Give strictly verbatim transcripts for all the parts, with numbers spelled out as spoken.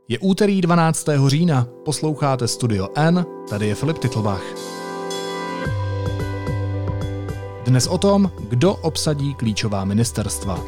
Je úterý dvanáctého října, posloucháte Studio N, tady je Filip Titlbach. Dnes o tom, kdo obsadí klíčová ministerstva.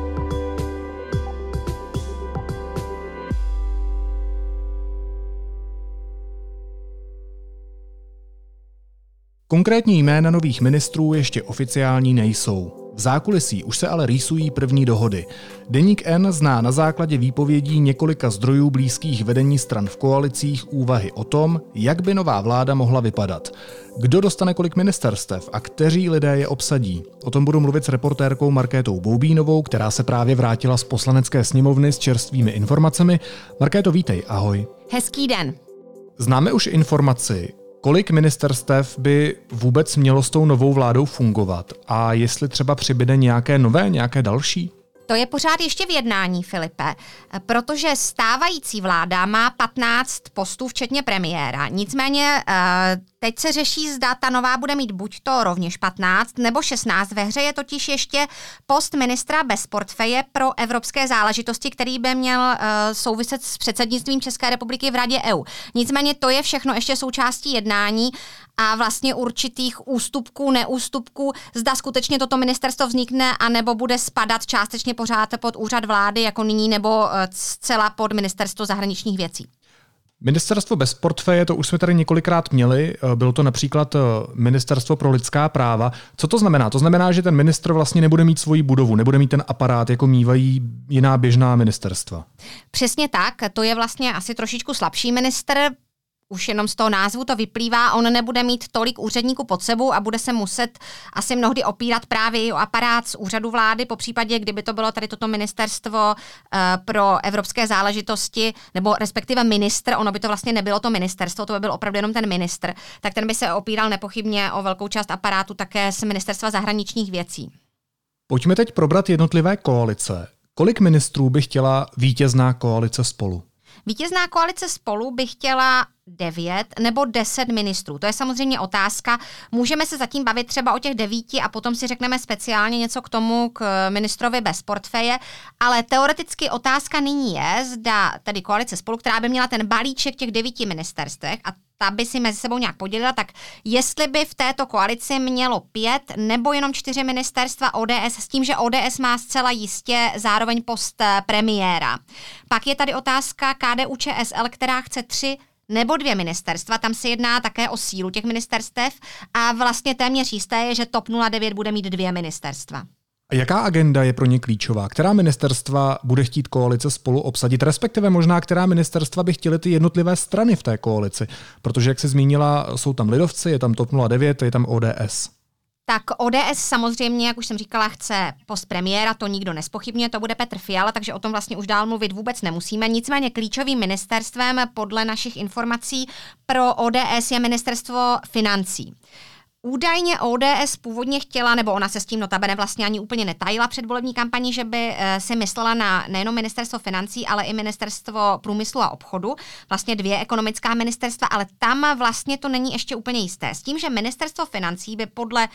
Konkrétní jména nových ministrů ještě oficiální nejsou. V zákulisí už se ale rýsují první dohody. Deník N zná na základě výpovědí několika zdrojů blízkých vedení stran v koalicích úvahy o tom, jak by nová vláda mohla vypadat. Kdo dostane kolik ministerstev a kteří lidé je obsadí? O tom budu mluvit s reportérkou Markétou Boubínovou, která se právě vrátila z Poslanecké sněmovny s čerstvými informacemi. Markéto, vítej, ahoj. Hezký den. Známe už informaci, kolik ministerstev by vůbec mělo s tou novou vládou fungovat a jestli třeba přibyde nějaké nové, nějaké další? To je pořád ještě v jednání, Filipe, protože stávající vláda má patnáct postů, včetně premiéra. Nicméně teď se řeší, zda ta nová bude mít buď to rovněž patnáct nebo šestnáct. Ve hře je totiž ještě post ministra bez portfeje pro evropské záležitosti, který by měl souviset s předsednictvím České republiky v Radě E U. Nicméně to je všechno ještě součástí jednání a vlastně určitých ústupků, neústupků, zda skutečně toto ministerstvo vznikne, anebo bude spadat částečně pořád pod úřad vlády, jako nyní, nebo zcela pod ministerstvo zahraničních věcí. Ministerstvo bez portfeje, to už jsme tady několikrát měli, bylo to například Ministerstvo pro lidská práva. Co to znamená? To znamená, že ten ministr vlastně nebude mít svoji budovu, nebude mít ten aparát, jako mívají jiná běžná ministerstva. Přesně tak, to je vlastně asi trošičku slabší ministr. Už jenom z toho názvu to vyplývá, on nebude mít tolik úředníků pod sebou a bude se muset asi mnohdy opírat právě i o aparát z úřadu vlády, popřípadě kdyby to bylo tady toto ministerstvo uh, pro evropské záležitosti, nebo respektive ministr, ono by to vlastně nebylo to ministerstvo, to by byl opravdu jenom ten ministr, tak ten by se opíral nepochybně o velkou část aparátu také z ministerstva zahraničních věcí. Pojďme teď probrat jednotlivé koalice. Kolik ministrů by chtěla vítězná koalice Spolu? Vítězná koalice Spolu by chtěla devět nebo deset ministrů. To je samozřejmě otázka. Můžeme se zatím bavit třeba o těch devíti a potom si řekneme speciálně něco k tomu, k ministrovi bez portfeje, ale teoreticky otázka nyní je, zda tedy koalice Spolu, která by měla ten balíček těch devíti ministerstvech a ta by si mezi sebou nějak podělila, tak jestli by v této koalici mělo pět nebo jenom čtyři ministerstva O D S, s tím, že O D S má zcela jistě zároveň post premiéra. Pak je tady otázka K D U Č S L, která chce tři nebo dvě ministerstva, tam se jedná také o sílu těch ministerstev a vlastně téměř jisté je, že T O P nula devět bude mít dvě ministerstva. A jaká agenda je pro ně klíčová? Která ministerstva bude chtít koalice Spolu obsadit, respektive možná která ministerstva by chtěly ty jednotlivé strany v té koalici? Protože, jak jsi zmínila, jsou tam lidovci, je tam T O P nula devět, je tam O D S. Tak O D S samozřejmě, jak už jsem říkala, chce post premiéra, to nikdo nezpochybňuje, to bude Petr Fiala, takže o tom vlastně už dál mluvit vůbec nemusíme. Nicméně klíčovým ministerstvem podle našich informací pro O D S je ministerstvo financí. Údajně O D S původně chtěla, nebo ona se s tím notabene vlastně ani úplně netajila před volební kampaní, že by si myslela na nejenom ministerstvo financí, ale i ministerstvo průmyslu a obchodu, vlastně dvě ekonomická ministerstva, ale tam vlastně to není ještě úplně jisté. S tím, že ministerstvo financí by podle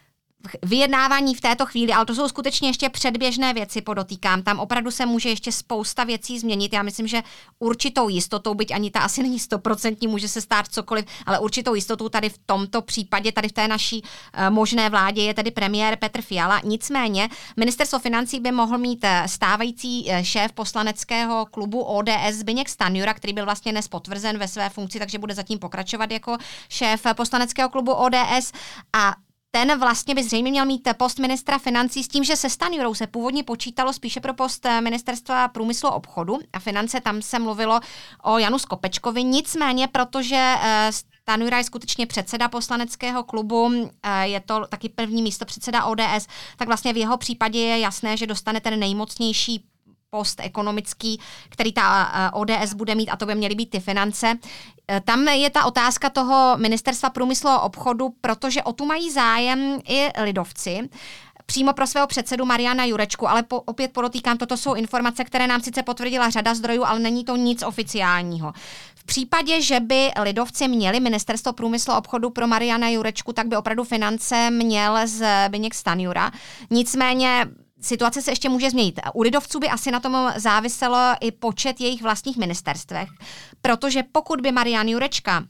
vyjednávání v této chvíli, ale to jsou skutečně ještě předběžné věci, podotýkám. Tam opravdu se může ještě spousta věcí změnit. Já myslím, že určitou jistotou, byť ani ta asi není stoprocentní, může se stát cokoliv, ale určitou jistotou tady v tomto případě, tady v té naší uh, možné vládě je tedy premiér Petr Fiala. Nicméně ministerstvo financí by mohl mít stávající uh, šéf poslaneckého klubu O D S Zbyněk Stanjura, který byl vlastně dnes potvrzen ve své funkci, takže bude zatím pokračovat jako šéf poslaneckého klubu O D S a ten vlastně by zřejmě měl mít post ministra financí s tím, že se Stanjurou se původně počítalo spíše pro post ministerstva průmyslu a obchodu a finance, tam se mluvilo o Janu Skopečkovi, nicméně, protože Stanjura je skutečně předseda poslaneckého klubu, je to taky první místopředseda O D S, tak vlastně v jeho případě je jasné, že dostane ten nejmocnější post ekonomický, který ta O D S bude mít, a to by měly být ty finance. Tam je ta otázka toho ministerstva průmyslu a obchodu, protože o tu mají zájem i lidovci, přímo pro svého předsedu Mariana Jurečku, ale po, opět podotýkám, toto jsou informace, které nám sice potvrdila řada zdrojů, ale není to nic oficiálního. V případě, že by lidovci měli ministerstvo průmyslu a obchodu pro Mariana Jurečku, tak by opravdu finance měl Zbyněk Stanjura. Nicméně situace se ještě může změnit. U lidovců by asi na tom záviselo i počet jejich vlastních ministerstvech, protože pokud by Marian Jurečka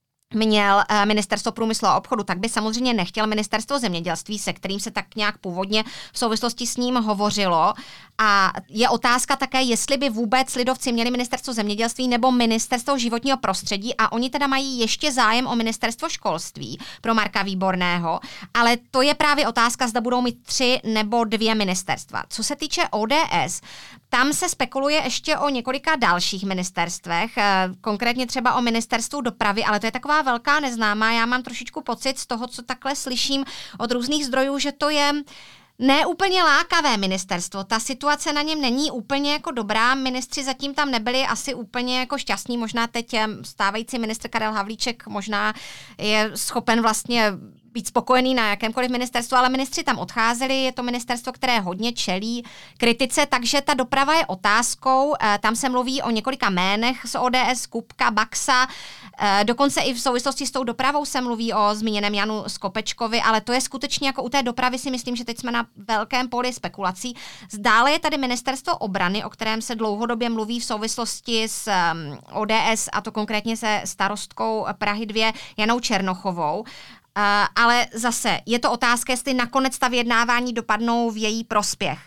měl ministerstvo průmyslu a obchodu, tak by samozřejmě nechtěl ministerstvo zemědělství, se kterým se tak nějak původně v souvislosti s ním hovořilo. A je otázka také, jestli by vůbec lidovci měli ministerstvo zemědělství nebo ministerstvo životního prostředí, a oni teda mají ještě zájem o ministerstvo školství pro Marka Výborného, ale to je právě otázka, zda budou mít tři nebo dvě ministerstva. Co se týče O D S, tam se spekuluje ještě o několika dalších ministerstvech, konkrétně třeba o ministerstvu dopravy, ale to je taková velká neznámá. Já mám trošičku pocit z toho, co takhle slyším od různých zdrojů, že to je ne úplně lákavé ministerstvo. Ta situace na něm není úplně jako dobrá. Ministři zatím tam nebyli asi úplně jako šťastní. Možná teď stávající ministr Karel Havlíček možná je schopen vlastně být spokojený na jakémkoliv ministerstvu, ale ministři tam odcházeli, je to ministerstvo, které hodně čelí kritice, takže ta doprava je otázkou, tam se mluví o několika jménech z O D S, Kupka, Baxa, dokonce i v souvislosti s tou dopravou se mluví o zmíněném Janu Skopečkovi, ale to je skutečně jako u té dopravy si myslím, že teď jsme na velkém poli spekulací. Dále je tady ministerstvo obrany, o kterém se dlouhodobě mluví v souvislosti s O D S, a to konkrétně se starostkou Prahy dva Janou Černochovou. Uh, ale zase je to otázka, jestli nakonec ta vyjednávání dopadnou v její prospěch.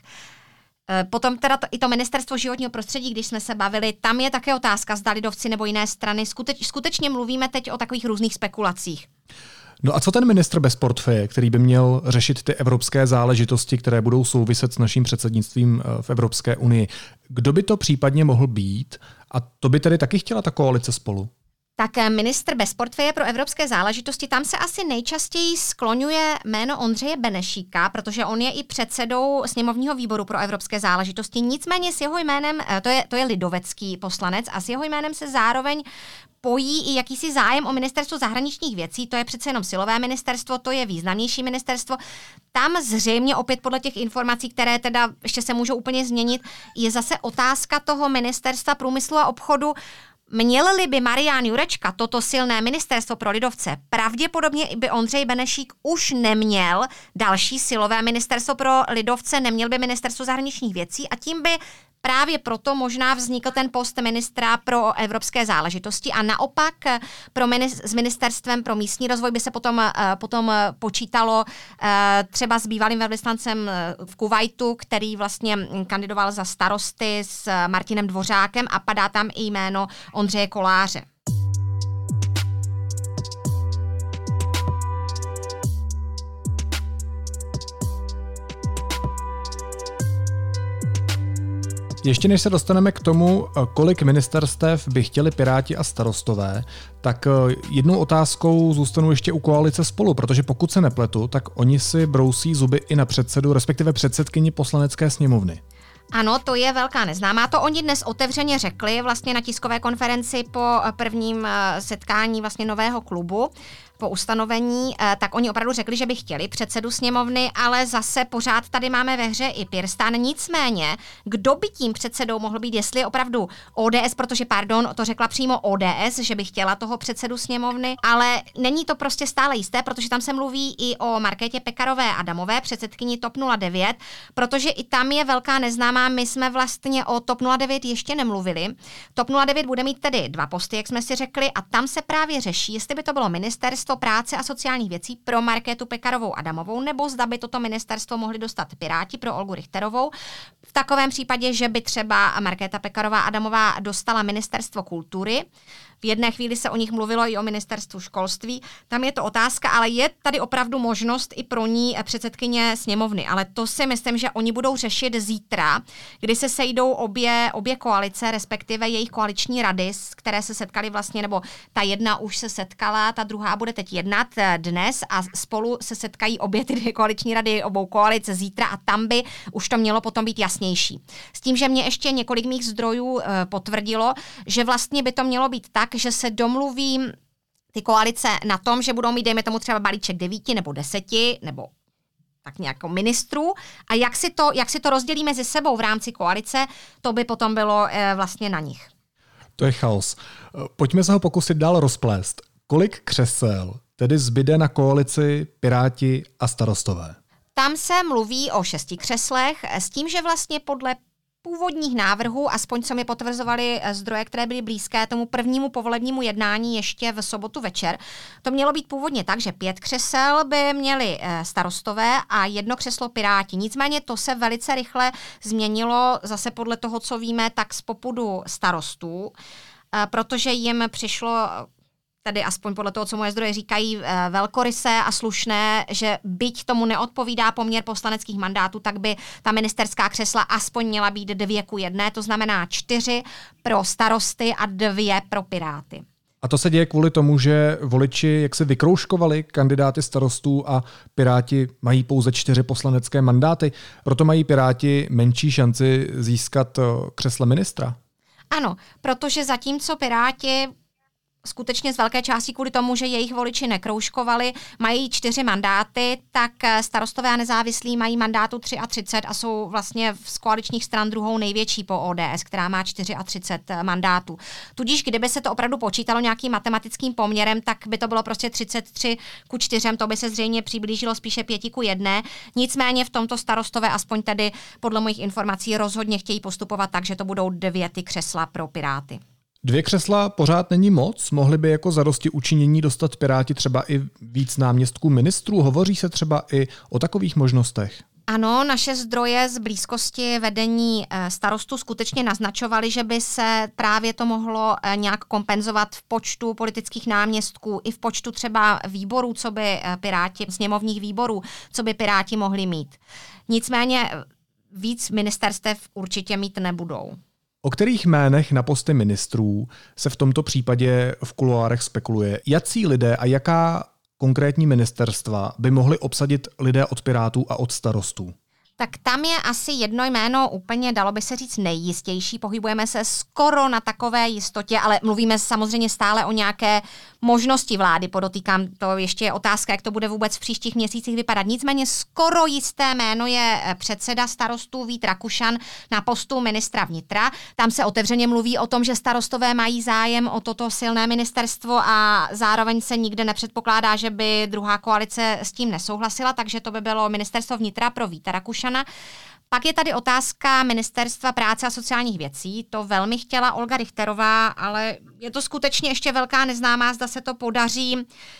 Uh, potom teda to, i to ministerstvo životního prostředí, když jsme se bavili, tam je také otázka, zda lidovci nebo jiné strany. Skuteč, skutečně mluvíme teď o takových různých spekulacích. No a co ten ministr bez portfeje, který by měl řešit ty evropské záležitosti, které budou souviset s naším předsednictvím v Evropské unii? Kdo by to případně mohl být? A to by tedy taky chtěla ta koalice Spolu? Tak ministr bez portfeje pro evropské záležitosti, tam se asi nejčastěji skloňuje jméno Ondřeje Benešíka, protože on je i předsedou sněmovního výboru pro evropské záležitosti. Nicméně s jeho jménem, to je, to je lidovecký poslanec, a s jeho jménem se zároveň pojí i jakýsi zájem o ministerstvo zahraničních věcí, to je přece jenom silové ministerstvo, to je významnější ministerstvo. Tam zřejmě opět podle těch informací, které teda ještě se můžou úplně změnit, je zase otázka toho ministerstva průmyslu a obchodu. Měl-li by Marian Jurečka toto silné ministerstvo pro lidovce, pravděpodobně by Ondřej Benešík už neměl další silové ministerstvo pro lidovce, neměl by ministerstvo zahraničních věcí, a tím by právě proto možná vznikl ten post ministra pro evropské záležitosti, a naopak pro minis- s ministerstvem pro místní rozvoj by se potom, uh, potom počítalo uh, třeba s bývalým velvyslancem v Kuvajtu, který vlastně kandidoval za starosty s Martinem Dvořákem, a padá tam i jméno Ondřeje Koláře. Ještě než se dostaneme k tomu, kolik ministerstev by chtěli Piráti a Starostové, tak jednou otázkou zůstanu ještě u koalice Spolu, protože pokud se nepletu, tak oni si brousí zuby i na předsedu, respektive předsedkyni Poslanecké sněmovny. Ano, to je velká neznámá. To oni dnes otevřeně řekli vlastně na tiskové konferenci po prvním setkání vlastně nového klubu, po ustanovení, tak oni opravdu řekli, že by chtěli předsedu sněmovny, ale zase pořád tady máme ve hře i PirStan. Nicméně, kdo by tím předsedou mohl být, jestli je opravdu O D S, protože pardon, to řekla přímo O D S, že by chtěla toho předsedu sněmovny, ale není to prostě stále jisté, protože tam se mluví i o Markétě Pekarové Adamové, předsedkyni TOP nula devět, protože i tam je velká neznámá. My jsme vlastně o TOP nula devět ještě nemluvili. TOP nula devět bude mít tedy dva posty, jak jsme si řekli, a tam se právě řeší, jestli by to bylo ministerstvo práce a sociálních věcí pro Markétu Pekarovou Adamovou, nebo zda by toto ministerstvo mohli dostat Piráti pro Olgu Richterovou. V takovém případě, že by třeba Markéta Pekarová Adamová dostala ministerstvo kultury. V jedné chvíli se o nich mluvilo i o ministerstvu školství. Tam je to otázka, ale je tady opravdu možnost i pro ní předsedkyně sněmovny. Ale to si myslím, že oni budou řešit zítra, kdy se sejdou obě, obě koalice, respektive jejich koaliční rady, které se setkaly vlastně, nebo ta jedna už se setkala, ta druhá bude teď jednat dnes, a spolu se setkají obě ty dvě koaliční rady obou koalic zítra, a tam by už to mělo potom být jasnější. S tím, že mě ještě několik mých zdrojů e, potvrdilo, že vlastně by to mělo být tak, že se domluví ty koalice na tom, že budou mít, dejme tomu třeba balíček devíti nebo deseti, nebo tak nějakou ministrů, a jak si to, jak si to rozdělí mezi sebou v rámci koalice, to by potom bylo e, vlastně na nich. To je chaos. Pojďme se ho pokusit dál rozplést. Kolik křesel tedy zbyde na koalici Piráti a Starostové? tam se mluví o šesti křeslech s tím, že vlastně podle původních návrhů, aspoň co mi potvrzovaly zdroje, které byly blízké tomu prvnímu povolebnímu jednání ještě v sobotu večer, to mělo být původně tak, že pět křesel by měli starostové a jedno křeslo Piráti. Nicméně to se velice rychle změnilo, zase podle toho, co víme, tak z popudu starostů, protože jim přišlo, tedy aspoň podle toho, co moje zdroje říkají, velkorysé a slušné, že byť tomu neodpovídá poměr poslaneckých mandátů, tak by ta ministerská křesla aspoň měla být dvě ku jedné, to znamená čtyři pro starosty a dvě pro Piráty. A to se děje kvůli tomu, že voliči jak se vykroužkovali kandidáty starostů a Piráti mají pouze čtyři poslanecké mandáty, proto mají Piráti menší šanci získat křesle ministra? Ano, protože zatímco Piráti skutečně z velké části kvůli tomu, že jejich voliči nekroužkovali, mají čtyři mandáty, tak starostové a nezávislí mají mandátu třicet tři a jsou vlastně z koaličních stran druhou největší po O D S, která má třicet čtyři mandátů. Tudíž kdyby se to opravdu počítalo nějakým matematickým poměrem, tak by to bylo prostě třicet tři ku čtyřem, to by se zřejmě přiblížilo spíše pěti ku jedné. Nicméně v tomto starostové, aspoň tedy podle mojich informací, rozhodně chtějí postupovat tak, že to budou dvě ty křesla pro Piráty. Dvě křesla pořád není moc, mohli by jako zadosti učinění dostat Piráti třeba i víc náměstků ministrů, hovoří se třeba i o takových možnostech. Ano, naše zdroje z blízkosti vedení starostů skutečně naznačovaly, že by se právě to mohlo nějak kompenzovat v počtu politických náměstků i v počtu třeba výborů, co by Piráti, sněmovních výborů, co by Piráti mohli mít. Nicméně víc ministerstev určitě mít nebudou. O kterých jménech na posty ministrů se v tomto případě v kuloárech spekuluje? Jací lidé a jaká konkrétní ministerstva by mohli obsadit lidé od Pirátů a od starostů? Tak tam je asi jedno jméno úplně, dalo by se říct, nejjistější. Pohybujeme se skoro na takové jistotě, ale mluvíme samozřejmě stále o nějaké možnosti vlády. Podotýkám, to ještě je otázka, jak to bude vůbec v příštích měsících vypadat. Nicméně skoro jisté jméno je předseda starostů Vít Rakušan na postu ministra vnitra. Tam se otevřeně mluví o tom, že starostové mají zájem o toto silné ministerstvo a zároveň se nikde nepředpokládá, že by druhá koalice s tím nesouhlasila, takže to by bylo ministerstvo vnitra pro Víta Rakušana. Pak je tady otázka Ministerstva práce a sociálních věcí. To velmi chtěla Olga Richterová, ale je to skutečně ještě velká neznámá, zda se to podaří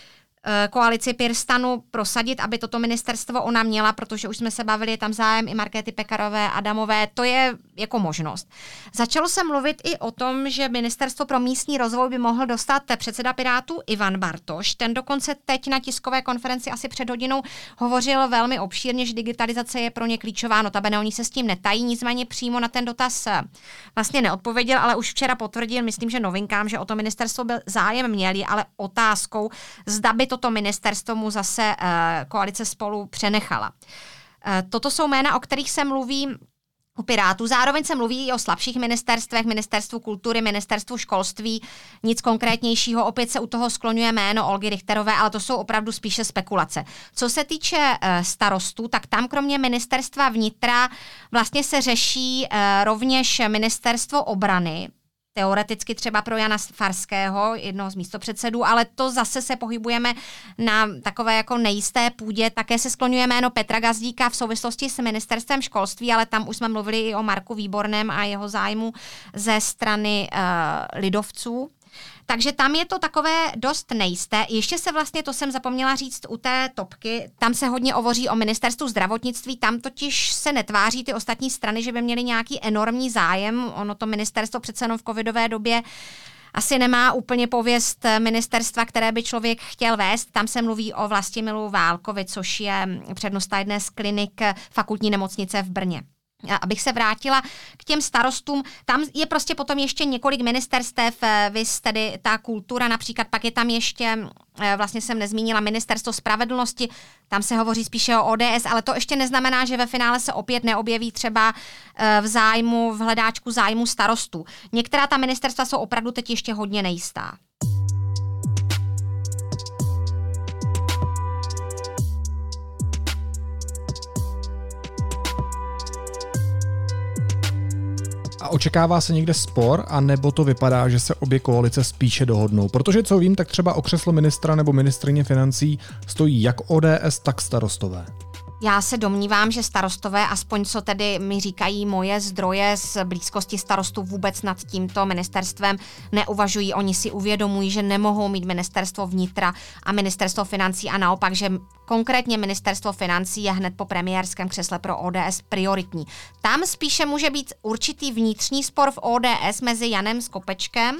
koalici PirSTANu prosadit, aby toto ministerstvo ona měla, protože už jsme se bavili, je tam zájem i Markéty Pekarové, Adamové, to je jako možnost. Začalo se mluvit i o tom, že Ministerstvo pro místní rozvoj by mohl dostat předseda Pirátů Ivan Bartoš. Ten dokonce teď na tiskové konferenci asi před hodinou hovořil velmi obšírně, že digitalizace je pro ně klíčová, notabene oni se s tím netají, nicméně přímo na ten dotaz vlastně neodpověděl, ale už včera potvrdil, myslím, že novinkám, že o to ministerstvo byl zájem měli, ale otázkou, zda by toto ministerstvo mu zase uh, koalice Spolu přenechala. Uh, toto jsou jména, o kterých se mluví u Pirátů. Zároveň se mluví i o slabších ministerstvech, ministerstvu kultury, ministerstvu školství. Nic konkrétnějšího, opět se u toho skloňuje jméno Olgy Richterové, ale to jsou opravdu spíše spekulace. Co se týče uh, starostů, tak tam kromě ministerstva vnitra vlastně se řeší uh, rovněž ministerstvo obrany, teoreticky třeba pro Jana Farského, jednoho z místopředsedů, ale to zase se pohybujeme na takové jako nejisté půdě. Také se skloňuje jméno Petra Gazdíka v souvislosti s ministerstvem školství, ale tam už jsme mluvili i o Marku Výborném a jeho zájmu ze strany uh, lidovců. Takže tam je to takové dost nejisté. Ještě se vlastně, to jsem zapomněla říct u té topky, tam se hodně hovoří o ministerstvu zdravotnictví, tam totiž se netváří ty ostatní strany, že by měly nějaký enormní zájem. Ono to ministerstvo přece jenom v covidové době asi nemá úplně pověst ministerstva, které by člověk chtěl vést. Tam se mluví o Vlastimilu Válkovi, což je přednosta jedné z klinik fakultní nemocnice v Brně. Abych se vrátila k těm starostům, tam je prostě potom ještě několik ministerstev, vys tedy ta kultura například, pak je tam ještě, vlastně jsem nezmínila, ministerstvo spravedlnosti, tam se hovoří spíše o O D S, ale to ještě neznamená, že ve finále se opět neobjeví třeba v zájmu, v hledáčku zájmu starostů. Některá ta ministerstva jsou opravdu teď ještě hodně nejistá. A očekává se někde spor, anebo to vypadá, že se obě koalice spíše dohodnou? Protože co vím, tak třeba o křeslo ministra nebo ministryně financí stojí jak O D S, tak starostové. Já se domnívám, že starostové, aspoň co tedy mi říkají moje zdroje z blízkosti starostů, vůbec nad tímto ministerstvem neuvažují. Oni si uvědomují, že nemohou mít ministerstvo vnitra a ministerstvo financí a naopak, že konkrétně ministerstvo financí je hned po premiérském křesle pro O D S prioritní. Tam spíše může být určitý vnitřní spor v O D S mezi Janem Skopečkem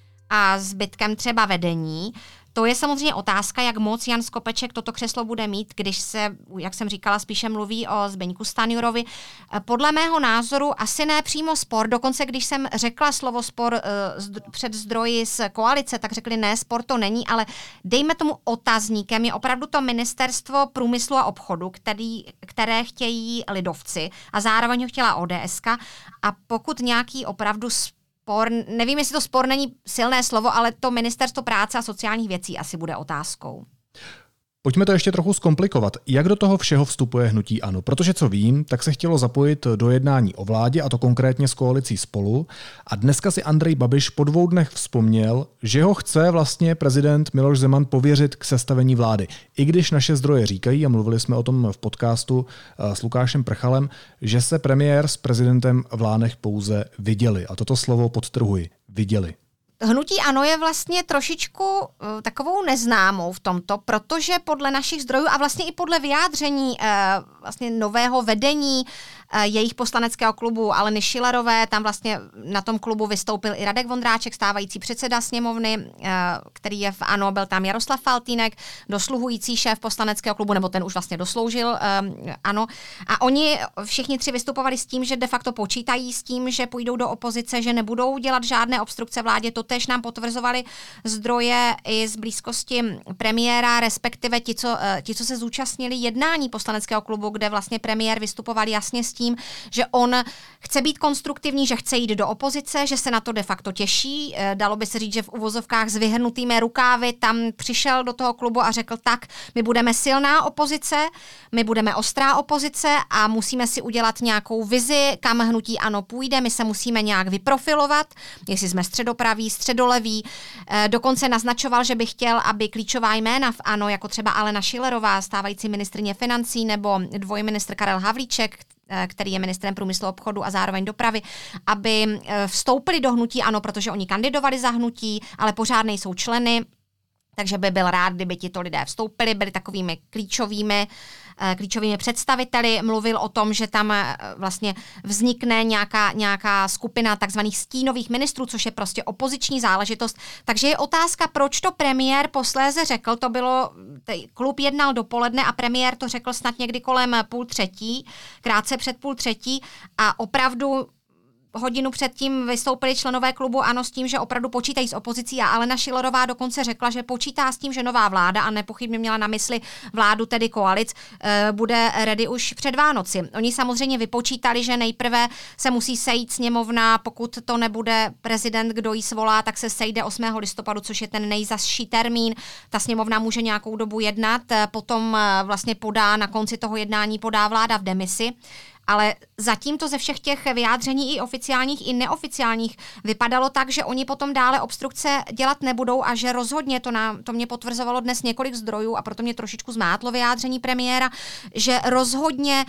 a zbytkem třeba vedení. To je samozřejmě otázka, jak moc Jan Skopeček toto křeslo bude mít, když se, jak jsem říkala, spíše mluví o Zbyňku Stanjurovi. Podle mého názoru asi ne přímo spor, dokonce když jsem řekla slovo spor uh, před zdroji z koalice, tak řekli ne, spor to není, ale dejme tomu otazníkem, je opravdu to ministerstvo průmyslu a obchodu, který, které chtějí lidovci a zároveň ho chtěla O D S ka a pokud nějaký opravdu spor, nevím, jestli to spor není silné slovo, ale to ministerstvo práce a sociálních věcí asi bude otázkou. Pojďme to ještě trochu zkomplikovat. Jak do toho všeho vstupuje hnutí ANO? Protože co vím, tak se chtělo zapojit do jednání o vládě, a to konkrétně s koalicí Spolu. A dneska si Andrej Babiš po dvou dnech vzpomněl, že ho chce vlastně prezident Miloš Zeman pověřit k sestavení vlády. I když naše zdroje říkají, a mluvili jsme o tom v podcastu s Lukášem Prchalem, že se premiér s prezidentem v Lánech pouze viděli. A toto slovo podtrhuji. Viděli. Hnutí ANO je vlastně trošičku uh, takovou neznámou v tomto, protože podle našich zdrojů a vlastně i podle vyjádření uh, vlastně nového vedení uh, jejich poslaneckého klubu Aleny Schillerové, tam vlastně na tom klubu vystoupil i Radek Vondráček, stávající předseda sněmovny, uh, který je v ANO, byl tam Jaroslav Faltýnek, dosluhující šéf poslaneckého klubu, nebo ten už vlastně dosloužil uh, ANO. A oni všichni tři vystupovali s tím, že de facto počítají s tím, že půjdou do opozice, že nebudou dělat žádné obstrukce vládě. To tež nám potvrzovali zdroje i z blízkosti premiéra, respektive ti, co, ti, co se zúčastnili jednání poslaneckého klubu, kde vlastně premiér vystupoval jasně s tím, že on chce být konstruktivní, že chce jít do opozice, že se na to de facto těší. Dalo by se říct, že v uvozovkách s vyhrnutými rukávy tam přišel do toho klubu a řekl tak, my budeme silná opozice, my budeme ostrá opozice a musíme si udělat nějakou vizi, kam hnutí ANO půjde, my se musíme nějak vyprofilovat, jestli jsme středopraví, středoleví. Dokonce naznačoval, že by chtěl, aby klíčová jména v ANO, jako třeba Alena Schillerová, stávající ministryně financí, nebo dvojministr Karel Havlíček, který je ministrem průmyslu, obchodu a zároveň dopravy, aby vstoupili do hnutí ANO, protože oni kandidovali za hnutí, ale pořád nejsou členy, takže by byl rád, kdyby tito lidé vstoupili, byli takovými klíčovými klíčovými představiteli, mluvil o tom, že tam vlastně vznikne nějaká, nějaká skupina takzvaných stínových ministrů, což je prostě opoziční záležitost. Takže je otázka, proč to premiér posléze řekl, to bylo, klub jednal dopoledne a premiér to řekl snad někdy kolem půl třetí, krátce před půl třetí a opravdu hodinu předtím vystoupili členové klubu ANO s tím, že opravdu počítají s opozicí a Alena Schillerová dokonce řekla, že počítá s tím, že nová vláda, a nepochybně měla na mysli vládu tedy koalic, bude ready už před Vánoci. Oni samozřejmě vypočítali, že nejprve se musí sejít sněmovna, pokud to nebude prezident, kdo ji svolá, tak se sejde osmého listopadu, což je ten nejzazší termín. Ta sněmovna může nějakou dobu jednat, potom vlastně podá, na konci toho jednání podá vláda v demisi. Ale zatím to ze všech těch vyjádření i oficiálních, i neoficiálních vypadalo tak, že oni potom dále obstrukce dělat nebudou a že rozhodně, to, nám, to mě potvrzovalo dnes několik zdrojů a proto mě trošičku zmátlo vyjádření premiéra, že rozhodně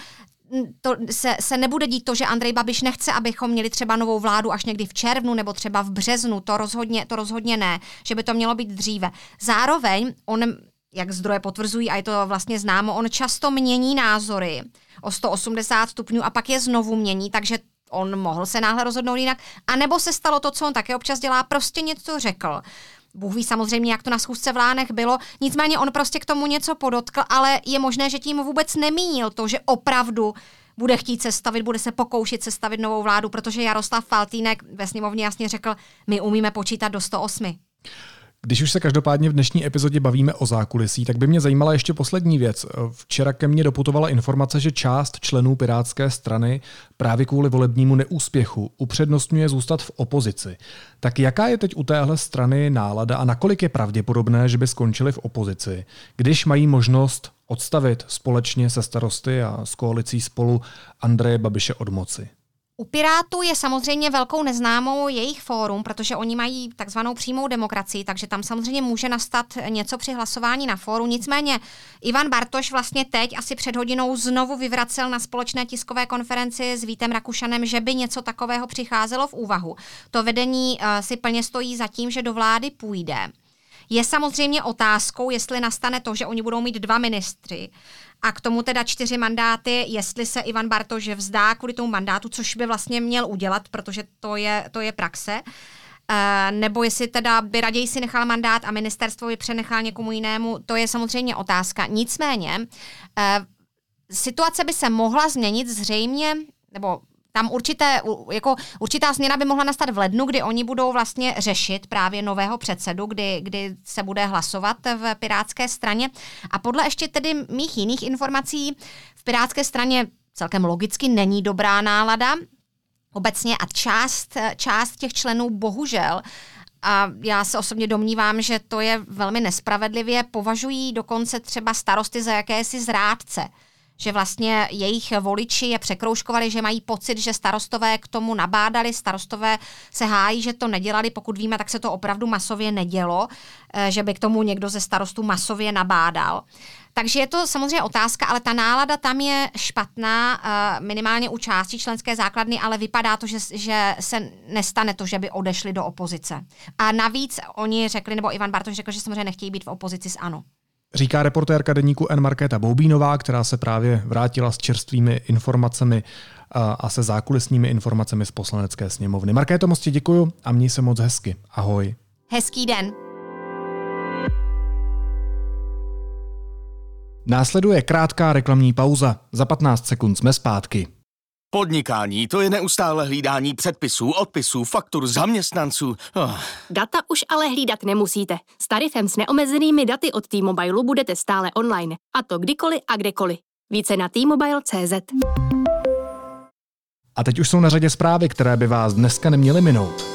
to se, se nebude dít to, že Andrej Babiš nechce, abychom měli třeba novou vládu až někdy v červnu nebo třeba v březnu, to rozhodně, to rozhodně ne, že by to mělo být dříve. Zároveň on, jak zdroje potvrzují, a je to vlastně známo, on často mění názory o sto osmdesát stupňů a pak je znovu mění, takže on mohl se náhle rozhodnout jinak. A nebo se stalo to, co on také občas dělá, prostě něco řekl. Bůh ví samozřejmě, jak to na schůzce v Lánech bylo, nicméně on prostě k tomu něco podotkl, ale je možné, že tím vůbec nemínil to, že opravdu bude chtít sestavit, bude se pokoušet sestavit novou vládu, protože Jaroslav Faltýnek ve sněmovně jasně řekl, my umíme počítat do sto osm. Když už se každopádně v dnešní epizodě bavíme o zákulisí, tak by mě zajímala ještě poslední věc. Včera ke mně doputovala informace, že část členů Pirátské strany právě kvůli volebnímu neúspěchu upřednostňuje zůstat v opozici. Tak jaká je teď u téhle strany nálada a nakolik je pravděpodobné, že by skončili v opozici, když mají možnost odstavit společně se Starosty a s koalicí Spolu Andreje Babiše od moci? U Pirátů je samozřejmě velkou neznámou jejich fórum, protože oni mají takzvanou přímou demokracii, takže tam samozřejmě může nastat něco při hlasování na fóru. Nicméně Ivan Bartoš vlastně teď asi před hodinou znovu vyvracel na společné tiskové konferenci s Vítem Rakušanem, že by něco takového přicházelo v úvahu. To vedení uh, si plně stojí za tím, že do vlády půjde. Je samozřejmě otázkou, jestli nastane to, že oni budou mít dva ministry a k tomu teda čtyři mandáty, jestli se Ivan Bartoš vzdá kvůli tomu mandátu, což by vlastně měl udělat, protože to je, to je praxe, e, nebo jestli teda by raději si nechal mandát a ministerstvo by přenechal někomu jinému, to je samozřejmě otázka. Nicméně e, situace by se mohla změnit zřejmě, nebo tam určité, jako určitá změna by mohla nastat v lednu, kdy oni budou vlastně řešit právě nového předsedu, kdy, kdy se bude hlasovat v Pirátské straně. A podle ještě tedy mých jiných informací v Pirátské straně celkem logicky není dobrá nálada obecně a část, část těch členů bohužel, a já se osobně domnívám, že to je velmi nespravedlivě, považují dokonce třeba starosty za jakési zrádce. Že vlastně jejich voliči je překroužkovali, že mají pocit, že starostové k tomu nabádali, starostové se hájí, že to nedělali, pokud víme, tak se to opravdu masově nedělo, že by k tomu někdo ze starostů masově nabádal. Takže je to samozřejmě otázka, ale ta nálada tam je špatná, minimálně u části členské základny, ale vypadá to, že, že se nestane to, že by odešli do opozice. A navíc oni řekli, nebo Ivan Bartoš řekl, že samozřejmě nechtějí být v opozici s ANO. Říká reportérka deníku N Markéta Boubínová, která se právě vrátila s čerstvými informacemi a se zákulisními informacemi z Poslanecké sněmovny. Markéto, moc ti děkuju a měj se moc hezky. Ahoj. Hezký den. Následuje krátká reklamní pauza. Za patnáct sekund jsme zpátky. Podnikání, to je neustále hlídání předpisů, odpisů, faktur, zaměstnanců. Oh. Data už ale hlídat nemusíte. S tarifem s neomezenými daty od T-Mobile budete stále online. A to kdykoliv a kdekoliv. Více na T Mobile tečka cé zet. A teď už jsou na řadě zprávy, které by vás dneska neměly minout.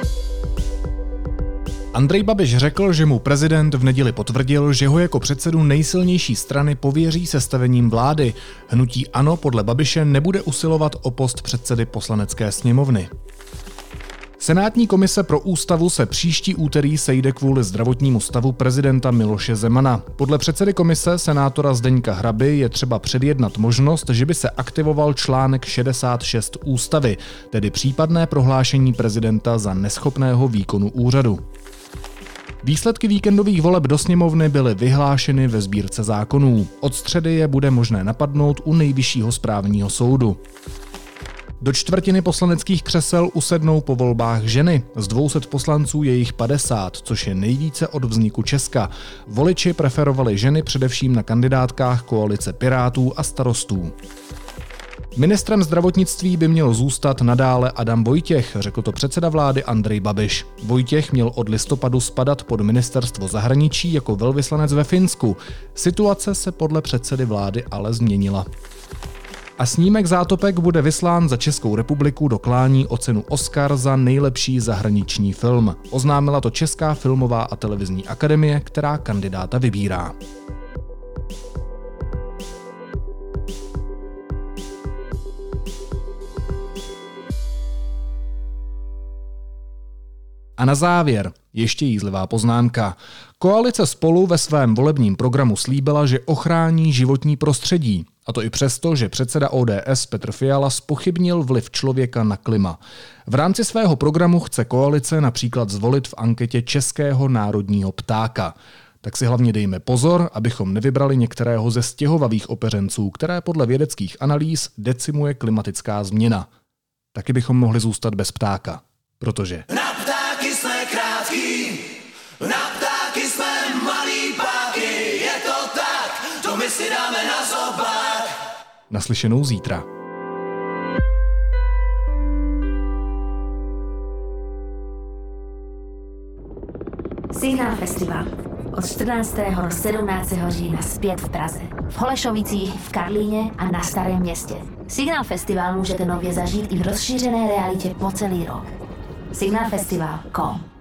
Andrej Babiš řekl, že mu prezident v neděli potvrdil, že ho jako předsedu nejsilnější strany pověří sestavením vlády. Hnutí ANO podle Babiše nebude usilovat o post předsedy Poslanecké sněmovny. Senátní komise pro ústavu se příští úterý sejde kvůli zdravotnímu stavu prezidenta Miloše Zemana. Podle předsedy komise senátora Zdeňka Hraby je třeba předjednat možnost, že by se aktivoval článek šedesát šest ústavy, tedy případné prohlášení prezidenta za neschopného výkonu úřadu. Výsledky víkendových voleb do sněmovny byly vyhlášeny ve sbírce zákonů. Od středy je bude možné napadnout u Nejvyššího správního soudu. Do čtvrtiny poslaneckých křesel usednou po volbách ženy. Z dvou set poslanců je jich padesát, což je nejvíce od vzniku Česka. Voliči preferovali ženy především na kandidátkách koalice Pirátů a Starostů. Ministrem zdravotnictví by měl zůstat nadále Adam Vojtěch, řekl to předseda vlády Andrej Babiš. Vojtěch měl od listopadu spadat pod ministerstvo zahraničí jako velvyslanec ve Finsku. Situace se podle předsedy vlády ale změnila. A snímek Zátopek bude vyslán za Českou republiku do klání o cenu Oscar za nejlepší zahraniční film. Oznámila to Česká filmová a televizní akademie, která kandidáta vybírá. A na závěr ještě jízlivá poznámka. Koalice Spolu ve svém volebním programu slíbila, že ochrání životní prostředí. A to i přesto, že předseda O D S Petr Fiala zpochybnil vliv člověka na klima. V rámci svého programu chce koalice například zvolit v anketě českého národního ptáka. Tak si hlavně dejme pozor, abychom nevybrali některého ze stěhovavých opeřenců, které podle vědeckých analýz decimuje klimatická změna. Taky bychom mohli zůstat bez ptáka. Protože... Na ptáky jsme krátký, na ptáky jsme malý páky, je to tak, to my si dáme na zobák. Naslyšenou zítra. Signál Festival. Od čtrnáctého do sedmnáctého října zpět v Praze. V Holešovicích, v Karlíně a na Starém Městě. Signál Festival můžete nově zažít i v rozšířené realitě po celý rok. signál festival tečka com